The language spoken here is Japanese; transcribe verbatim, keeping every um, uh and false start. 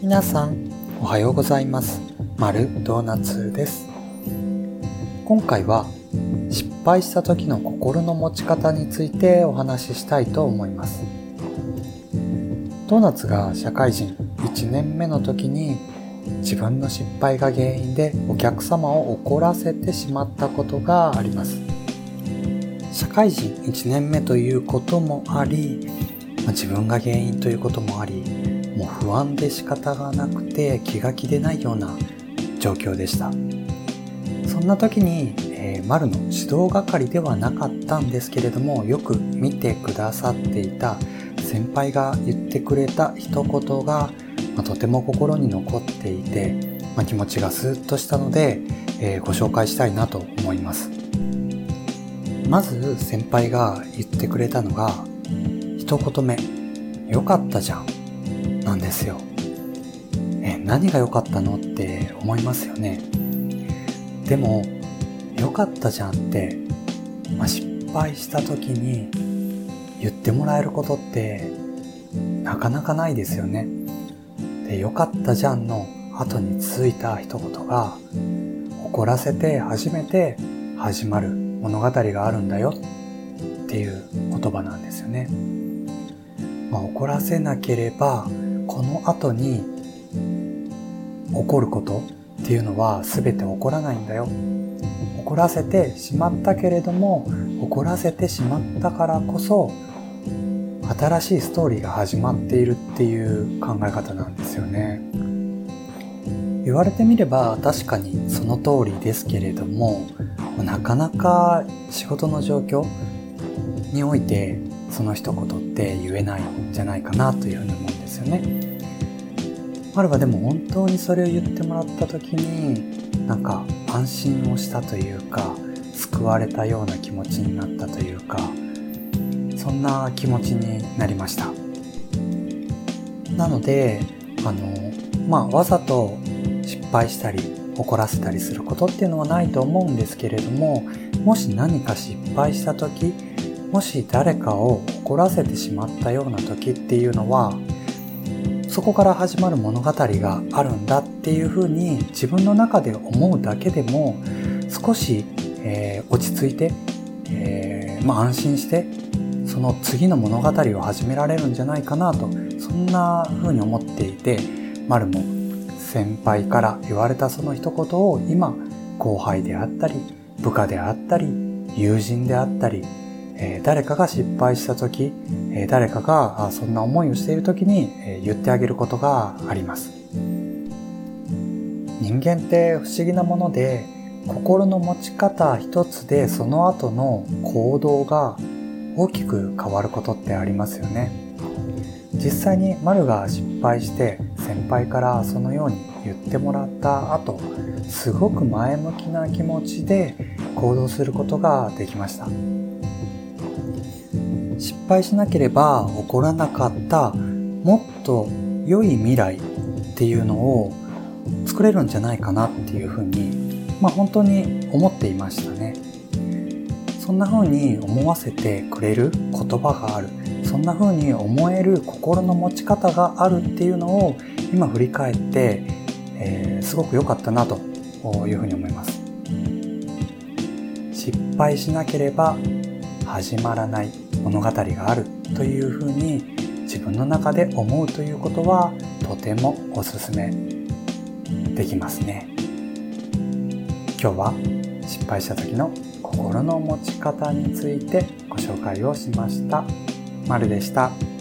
皆さんおはようございます。まるドーナツです。今回は失敗した時の心の持ち方についてお話ししたいと思います。ドーナツが社会人いちねんめの時に自分の失敗が原因でお客様を怒らせてしまったことがあります。社会人いちねんめということもあり、自分が原因ということもあり、もう不安で仕方がなくて気が気でないような状況でした。そんな時に、えー、丸の指導係ではなかったんですけれども、よく見てくださっていた先輩が言ってくれた一言が、まあ、とても心に残っていて、まあ、気持ちがスーッとしたので、えー、ご紹介したいなと思います。まず先輩が言ってくれたのが、一言目、よかったじゃんなんですよ。え、何が良かったのって思いますよね。でも良かったじゃんって、まあ、失敗した時に言ってもらえることってなかなかないですよね。で、良かったじゃんの後に続いた一言が、怒らせて初めて始まる物語があるんだよっていう言葉なんですよね。まあ、怒らせなければこの後に起こることっていうのは全て起こらないんだよ。怒らせてしまったけれども、怒らせてしまったからこそ新しいストーリーが始まっているっていう考え方なんですよね。言われてみれば確かにその通りですけれども、なかなか仕事の状況においてその一言って言えないんじゃないかなというふうに思うんですよね。あるはでも本当にそれを言ってもらった時に、なんか安心をしたというか、救われたような気持ちになったというか、そんな気持ちになりました。なのであのまあわざと失敗したり怒らせたりすることっていうのはないと思うんですけれども、もし何か失敗した時、もし誰かを怒らせてしまったような時っていうのは、そこから始まる物語があるんだっていうふうに自分の中で思うだけでも少し、えー、落ち着いて、えーまあ、安心してその次の物語を始められるんじゃないかなと、そんなふうに思っていて、丸も先輩から言われたその一言を今後輩であったり部下であったり友人であったり、えー、誰かが失敗した時、えー、誰かがそんな思いをしている時に、えー、言ってあげることがあります。人間って不思議なもので、心の持ち方一つでその後の行動が大きく変わることってありますよね。実際に丸が失敗して先輩からそのように言ってもらった後、すごく前向きな気持ちで行動することができました。失敗しなければ起こらなかったもっと良い未来っていうのを作れるんじゃないかなっていうふうに、まあ本当に思っていましたね。そんな風に思わせてくれる言葉がある、そんな風に思える心の持ち方があるっていうのを今振り返って、えー、すごく良かったなというふうに思います。失敗しなければ始まらない物語があるというふうに自分の中で思うということはとてもおすすめできますね。今日は失敗した時の心の持ち方についてご紹介をしました。まるでした。